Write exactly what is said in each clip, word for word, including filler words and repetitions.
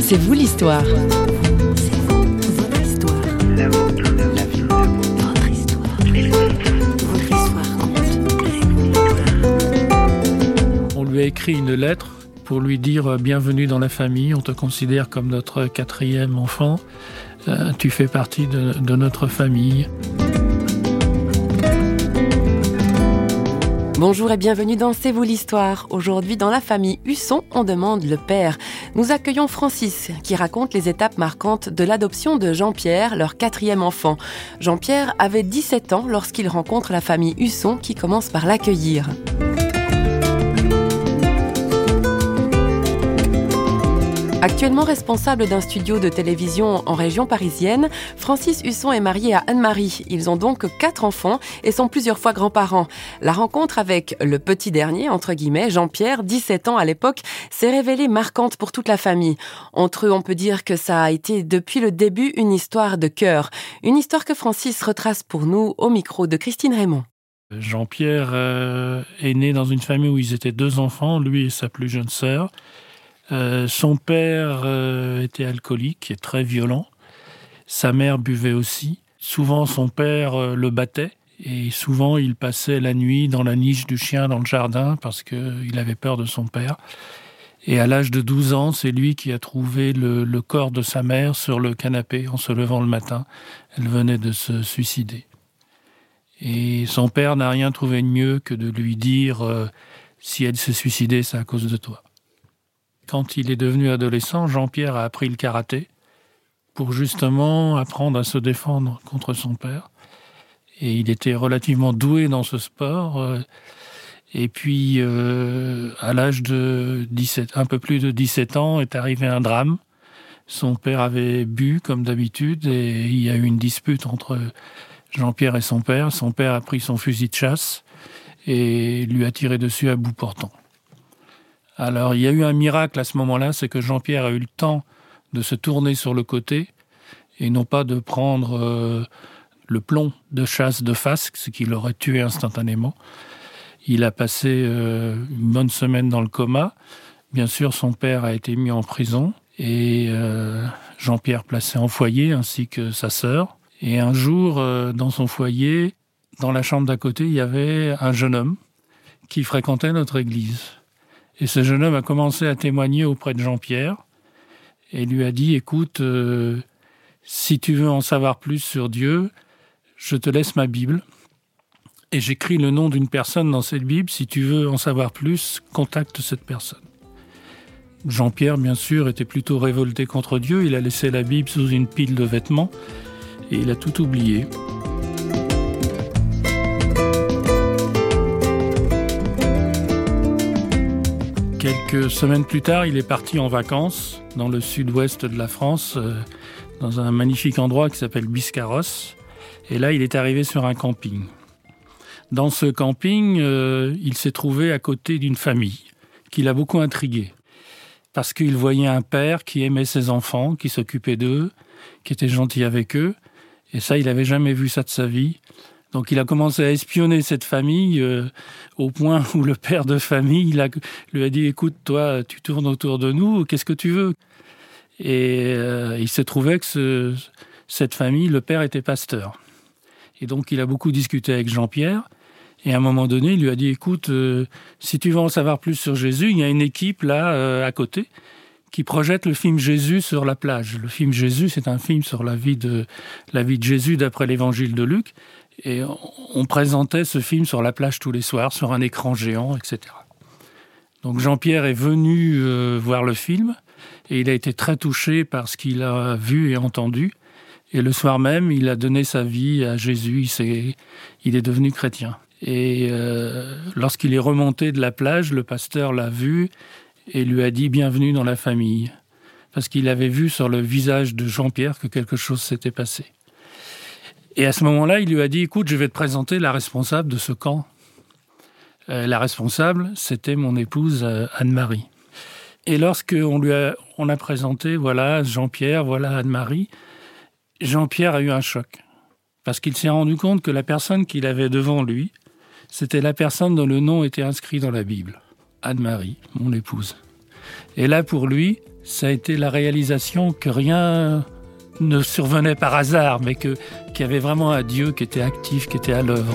C'est vous l'histoire. C'est vous, votre histoire. La vôtre, la vie, votre histoire. Votre histoire compte. On lui a écrit une lettre pour lui dire « Bienvenue dans la famille, on te considère comme notre quatrième enfant, euh, tu fais partie de, de notre famille ». Bonjour et bienvenue dans C'est vous l'histoire. Aujourd'hui, dans la famille Husson, on demande le père. Nous accueillons Francis, qui raconte les étapes marquantes de l'adoption de Jean-Pierre, leur quatrième enfant. Jean-Pierre avait dix-sept ans lorsqu'il rencontre la famille Husson, qui commence par l'accueillir. Actuellement responsable d'un studio de télévision en région parisienne, Francis Husson est marié à Anne-Marie. Ils ont donc quatre enfants et sont plusieurs fois grands-parents. La rencontre avec le petit dernier, entre guillemets, Jean-Pierre, dix-sept ans à l'époque, s'est révélée marquante pour toute la famille. Entre eux, on peut dire que ça a été depuis le début une histoire de cœur. Une histoire que Francis retrace pour nous au micro de Christine Raymond. Jean-Pierre euh, est né dans une famille où ils étaient deux enfants, lui et sa plus jeune sœur. Euh, son père euh, était alcoolique et très violent. Sa mère buvait aussi. Souvent, son père euh, le battait. Et souvent, il passait la nuit dans la niche du chien dans le jardin parce qu'il avait peur de son père. Et à l'âge de douze ans, c'est lui qui a trouvé le, le corps de sa mère sur le canapé en se levant le matin. Elle venait de se suicider. Et son père n'a rien trouvé de mieux que de lui dire euh, « Si elle s'est suicidée, c'est à cause de toi ». Quand il est devenu adolescent, Jean-Pierre a appris le karaté pour justement apprendre à se défendre contre son père. Et il était relativement doué dans ce sport. Et puis, euh, à l'âge de dix-sept, un peu plus de dix-sept ans, est arrivé un drame. Son père avait bu, comme d'habitude, et il y a eu une dispute entre Jean-Pierre et son père. Son père a pris son fusil de chasse et lui a tiré dessus à bout portant. Alors, il y a eu un miracle à ce moment-là, c'est que Jean-Pierre a eu le temps de se tourner sur le côté et non pas de prendre euh, le plomb de chasse de face, ce qui l'aurait tué instantanément. Il a passé euh, une bonne semaine dans le coma. Bien sûr, son père a été mis en prison et euh, Jean-Pierre placé en foyer ainsi que sa sœur. Et un jour, euh, dans son foyer, dans la chambre d'à côté, il y avait un jeune homme qui fréquentait notre église. Et ce jeune homme a commencé à témoigner auprès de Jean-Pierre et lui a dit « Écoute, euh, si tu veux en savoir plus sur Dieu, je te laisse ma Bible et j'écris le nom d'une personne dans cette Bible. Si tu veux en savoir plus, contacte cette personne. » Jean-Pierre, bien sûr, était plutôt révolté contre Dieu. Il a laissé la Bible sous une pile de vêtements et il a tout oublié. Quelques semaines plus tard, il est parti en vacances dans le sud-ouest de la France, euh, dans un magnifique endroit qui s'appelle Biscarrosse. Et là, il est arrivé sur un camping. Dans ce camping, euh, il s'est trouvé à côté d'une famille qui l'a beaucoup intrigué. Parce qu'il voyait un père qui aimait ses enfants, qui s'occupait d'eux, qui était gentil avec eux. Et ça, il n'avait jamais vu ça de sa vie. Donc il a commencé à espionner cette famille euh, au point où le père de famille il a, lui a dit « Écoute, toi, tu tournes autour de nous, qu'est-ce que tu veux ?» Et euh, il se trouvait que ce, cette famille, le père était pasteur. Et donc il a beaucoup discuté avec Jean-Pierre. Et à un moment donné, il lui a dit « Écoute, euh, si tu veux en savoir plus sur Jésus, il y a une équipe là, euh, à côté, qui projette le film Jésus sur la plage. » Le film Jésus, c'est un film sur la vie de, la vie de Jésus d'après l'évangile de Luc. Et on présentait ce film sur la plage tous les soirs, sur un écran géant, et cetera. Donc Jean-Pierre est venu euh, voir le film et il a été très touché par ce qu'il a vu et entendu. Et le soir même, il a donné sa vie à Jésus, il, s'est, il est devenu chrétien. Et euh, lorsqu'il est remonté de la plage, le pasteur l'a vu et lui a dit « Bienvenue dans la famille », parce qu'il avait vu sur le visage de Jean-Pierre que quelque chose s'était passé. Et à ce moment-là, il lui a dit « Écoute, je vais te présenter la responsable de ce camp. Euh, » La responsable, c'était mon épouse euh, Anne-Marie. Et lorsqu'on lui a, on a présenté, voilà, Jean-Pierre, voilà Anne-Marie, Jean-Pierre a eu un choc. Parce qu'il s'est rendu compte que la personne qu'il avait devant lui, c'était la personne dont le nom était inscrit dans la Bible. Anne-Marie, mon épouse. Et là, pour lui, ça a été la réalisation que rien ne survenait par hasard, mais que, qu'il y avait vraiment un Dieu qui était actif, qui était à l'œuvre.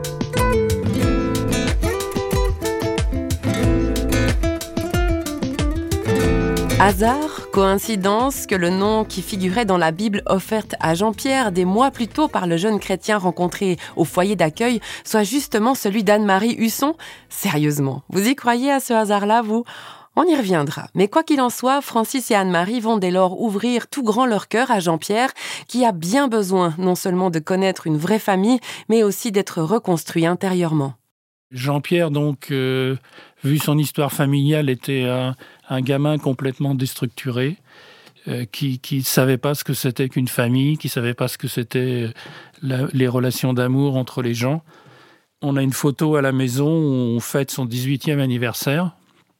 Hasard, coïncidence que le nom qui figurait dans la Bible offerte à Jean-Pierre des mois plus tôt par le jeune chrétien rencontré au foyer d'accueil soit justement celui d'Anne-Marie Husson? Sérieusement, vous y croyez à ce hasard-là, vous? On y reviendra. Mais quoi qu'il en soit, Francis et Anne-Marie vont dès lors ouvrir tout grand leur cœur à Jean-Pierre, qui a bien besoin non seulement de connaître une vraie famille, mais aussi d'être reconstruit intérieurement. Jean-Pierre, donc, euh, vu son histoire familiale, était un, un gamin complètement déstructuré, euh, qui ne savait pas ce que c'était qu'une famille, qui ne savait pas ce que c'était la, les relations d'amour entre les gens. On a une photo à la maison où on fête son dix-huitième anniversaire,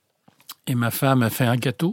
et ma femme a fait un gâteau,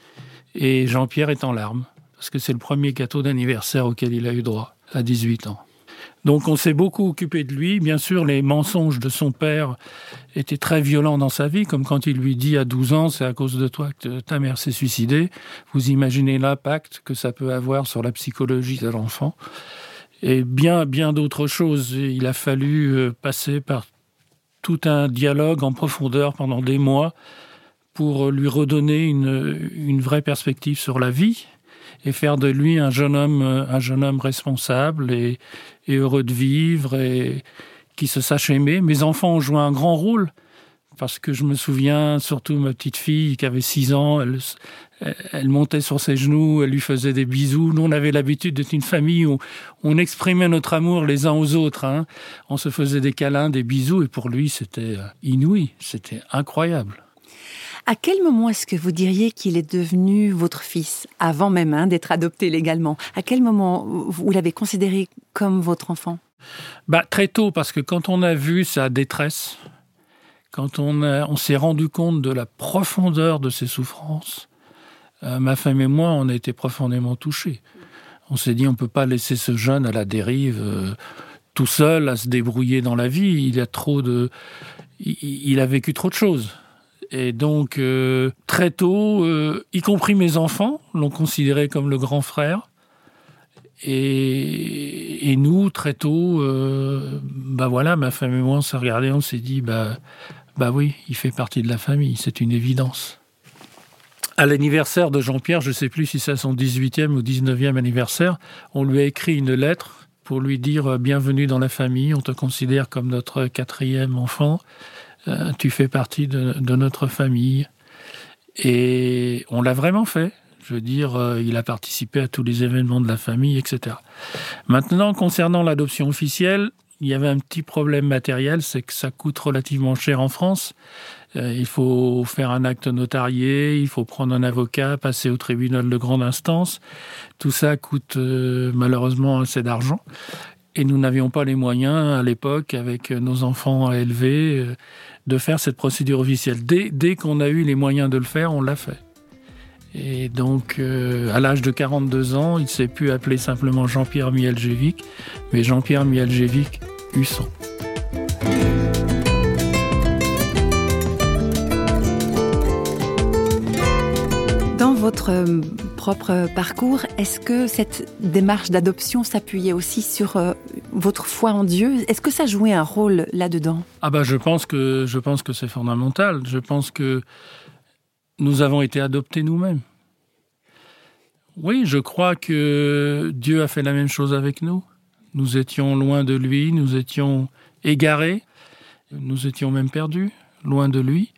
et Jean-Pierre est en larmes, parce que c'est le premier gâteau d'anniversaire auquel il a eu droit, à dix-huit ans. Donc on s'est beaucoup occupé de lui. Bien sûr, les mensonges de son père étaient très violents dans sa vie, comme quand il lui dit à douze ans, c'est à cause de toi que ta mère s'est suicidée. Vous imaginez l'impact que ça peut avoir sur la psychologie de l'enfant. Et bien, bien d'autres choses. Il a fallu passer par tout un dialogue en profondeur pendant des mois pour lui redonner une, une vraie perspective sur la vie et faire de lui un jeune homme, un jeune homme responsable et, et heureux de vivre et qui se sache aimer. Mes enfants ont joué un grand rôle parce que je me souviens, surtout ma petite fille qui avait six ans, elle, elle montait sur ses genoux, elle lui faisait des bisous. Nous, on avait l'habitude d'être une famille où on exprimait notre amour les uns aux autres. Hein. On se faisait des câlins, des bisous et pour lui, c'était inouï, c'était incroyable. À quel moment est-ce que vous diriez qu'il est devenu votre fils, avant même hein, d'être adopté légalement? À quel moment vous l'avez considéré comme votre enfant? Bah, très tôt, parce que quand on a vu sa détresse, quand on, a, on s'est rendu compte de la profondeur de ses souffrances, euh, ma femme et moi, on a été profondément touchés. On s'est dit, on ne peut pas laisser ce jeune à la dérive, euh, tout seul, à se débrouiller dans la vie. Il a trop de, il, il a vécu trop de choses. Et donc, euh, très tôt, euh, y compris mes enfants, l'ont considéré comme le grand frère. Et, et nous, très tôt, euh, bah voilà, ma femme et moi, on s'est regardés, on s'est dit, bah, bah oui, il fait partie de la famille, c'est une évidence. À l'anniversaire de Jean-Pierre, je ne sais plus si c'est son dix-huitième ou dix-neuvième anniversaire, on lui a écrit une lettre pour lui dire « Bienvenue dans la famille, on te considère comme notre quatrième enfant ». Euh, tu fais partie de, de notre famille. Et on l'a vraiment fait. Je veux dire, euh, il a participé à tous les événements de la famille, et cetera. Maintenant, concernant l'adoption officielle, il y avait un petit problème matériel, c'est que ça coûte relativement cher en France. Euh, il faut faire un acte notarié, il faut prendre un avocat, passer au tribunal de grande instance. Tout ça coûte euh, malheureusement assez d'argent. Et nous n'avions pas les moyens, à l'époque, avec nos enfants à élever, de faire cette procédure officielle. Dès, dès qu'on a eu les moyens de le faire, on l'a fait. Et donc, euh, à l'âge de quarante-deux ans, il ne s'est plus appelé simplement Jean-Pierre Mihaljevic, mais Jean-Pierre Mihaljevic Husson. Dans votre propre parcours, est-ce que cette démarche d'adoption s'appuyait aussi sur euh, votre foi en Dieu? Est-ce que ça jouait un rôle là-dedans? Ah bah je pense que je pense que c'est fondamental. Je pense que nous avons été adoptés nous-mêmes. Oui, je crois que Dieu a fait la même chose avec nous. Nous étions loin de lui, nous étions égarés, nous étions même perdus, loin de lui.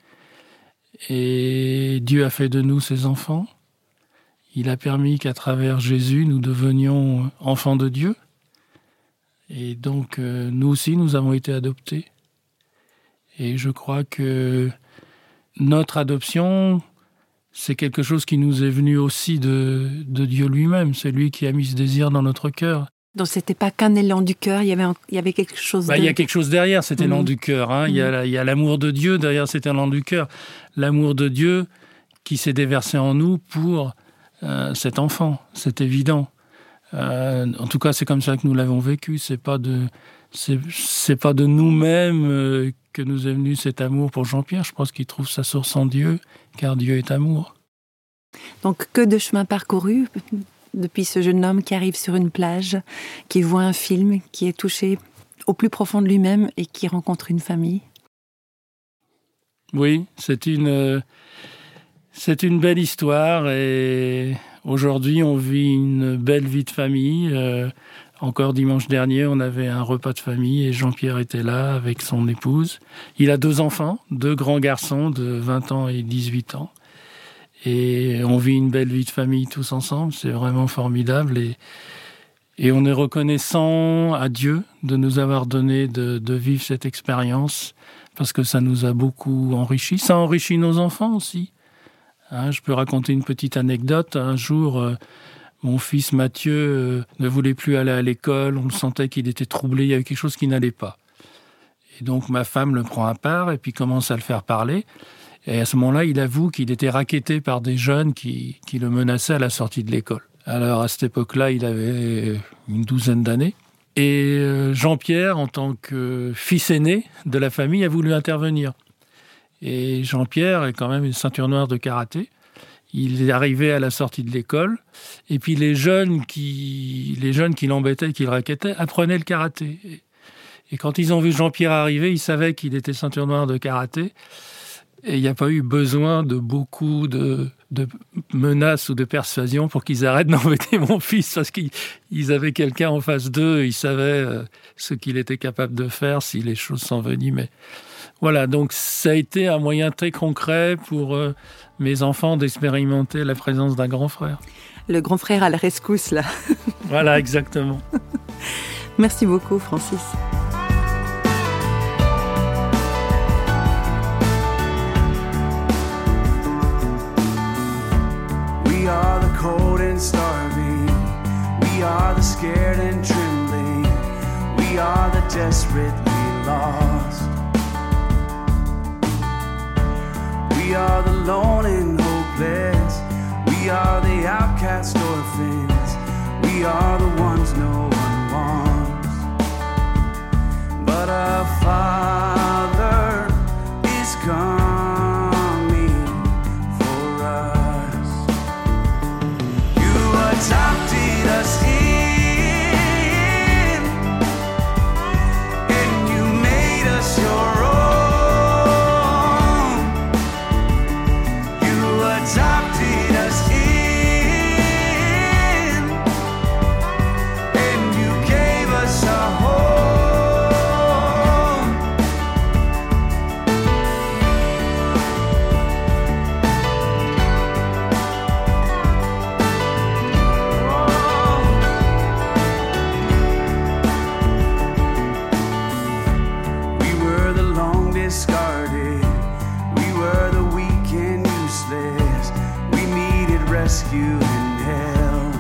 Et Dieu a fait de nous ses enfants. Il a permis qu'à travers Jésus, nous devenions enfants de Dieu. Et donc, euh, nous aussi, nous avons été adoptés. Et je crois que notre adoption, c'est quelque chose qui nous est venu aussi de, de Dieu lui-même. C'est lui qui a mis ce désir dans notre cœur. Donc, c'était pas qu'un élan du cœur, il y avait, un, il y avait quelque chose bah, de... Il y a quelque chose derrière cet élan mmh. du cœur. Hein. Mmh. Il y a, il y a l'amour de Dieu derrière cet élan du cœur. L'amour de Dieu qui s'est déversé en nous pour euh, cet enfant, c'est évident. Euh, en tout cas, c'est comme ça que nous l'avons vécu. C'est pas de, c'est, c'est pas de nous-mêmes euh, que nous est venu cet amour pour Jean-Pierre. Je pense qu'il trouve sa source en Dieu, car Dieu est amour. Donc, que de chemin parcouru depuis ce jeune homme qui arrive sur une plage, qui voit un film, qui est touché au plus profond de lui-même et qui rencontre une famille. Oui, c'est une, c'est une belle histoire et aujourd'hui on vit une belle vie de famille. Euh, encore dimanche dernier, on avait un repas de famille et Jean-Pierre était là avec son épouse. Il a deux enfants, deux grands garçons de vingt ans et dix-huit ans. Et on vit une belle vie de famille tous ensemble, c'est vraiment formidable. Et, et on est reconnaissant à Dieu de nous avoir donné de, de vivre cette expérience, parce que ça nous a beaucoup enrichis. Ça enrichit nos enfants aussi. Hein, je peux raconter une petite anecdote. Un jour, euh, mon fils Mathieu euh, ne voulait plus aller à l'école. On le sentait qu'il était troublé. Il y avait quelque chose qui n'allait pas. Et donc, ma femme le prend à part et puis commence à le faire parler. Et à ce moment-là, il avoue qu'il était racketté par des jeunes qui, qui le menaçaient à la sortie de l'école. Alors, à cette époque-là, il avait une douzaine d'années. Et Jean-Pierre, en tant que fils aîné de la famille, a voulu intervenir. Et Jean-Pierre est quand même une ceinture noire de karaté. Il est arrivé à la sortie de l'école. Et puis les jeunes qui, les jeunes qui l'embêtaient, qui le racketaient, apprenaient le karaté. Et quand ils ont vu Jean-Pierre arriver, ils savaient qu'il était ceinture noire de karaté. Et il n'y a pas eu besoin de beaucoup de, de menaces ou de persuasions pour qu'ils arrêtent d'embêter mon fils, parce qu'ils avaient quelqu'un en face d'eux, ils savaient ce qu'il était capable de faire si les choses s'envenimaient. Voilà, donc ça a été un moyen très concret pour euh, mes enfants d'expérimenter la présence d'un grand frère. Le grand frère à la rescousse, là. Voilà, exactement. Merci beaucoup, Francis. We are the cold and starving. We are the scared and trembling. We are the desperately lost. We are the lone and hopeless. We are the outcast orphans. We are the ones no one wants. But a Father is coming for us. You adopted us in, and you made us your own. You adopted us in, and you gave us a home. We were the long discarded. We were the weak and useless. We needed rescue and help.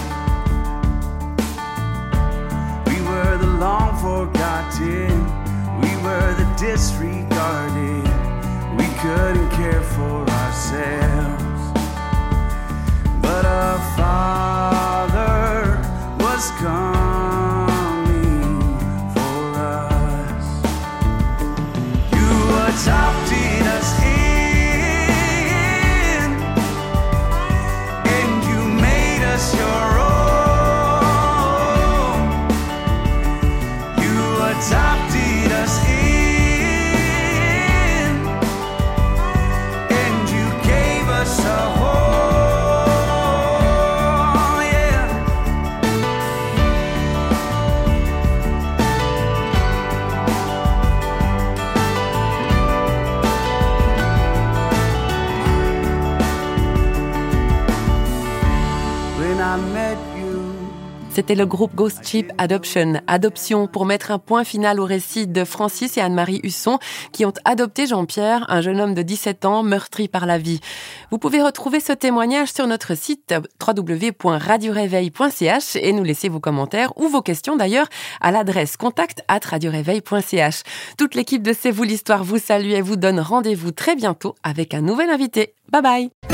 We were the long forgotten. We were the disregarded. We couldn't care for ourselves. But a Father was coming for us. You adopted us in, and you made us your own. You adopted us in, and you gave us a home. Yeah. When I met you. C'était le groupe Ghost Ship Adoption, Adoption, pour mettre un point final au récit de Francis et Anne-Marie Husson, qui ont adopté Jean-Pierre, un jeune homme de dix-sept ans, meurtri par la vie. Vous pouvez retrouver ce témoignage sur notre site w w w point radio réveil point c h et nous laisser vos commentaires ou vos questions d'ailleurs à l'adresse contact arobase radio réveil point c h. Toute l'équipe de C'est vous l'histoire vous salue et vous donne rendez-vous très bientôt avec un nouvel invité. Bye bye!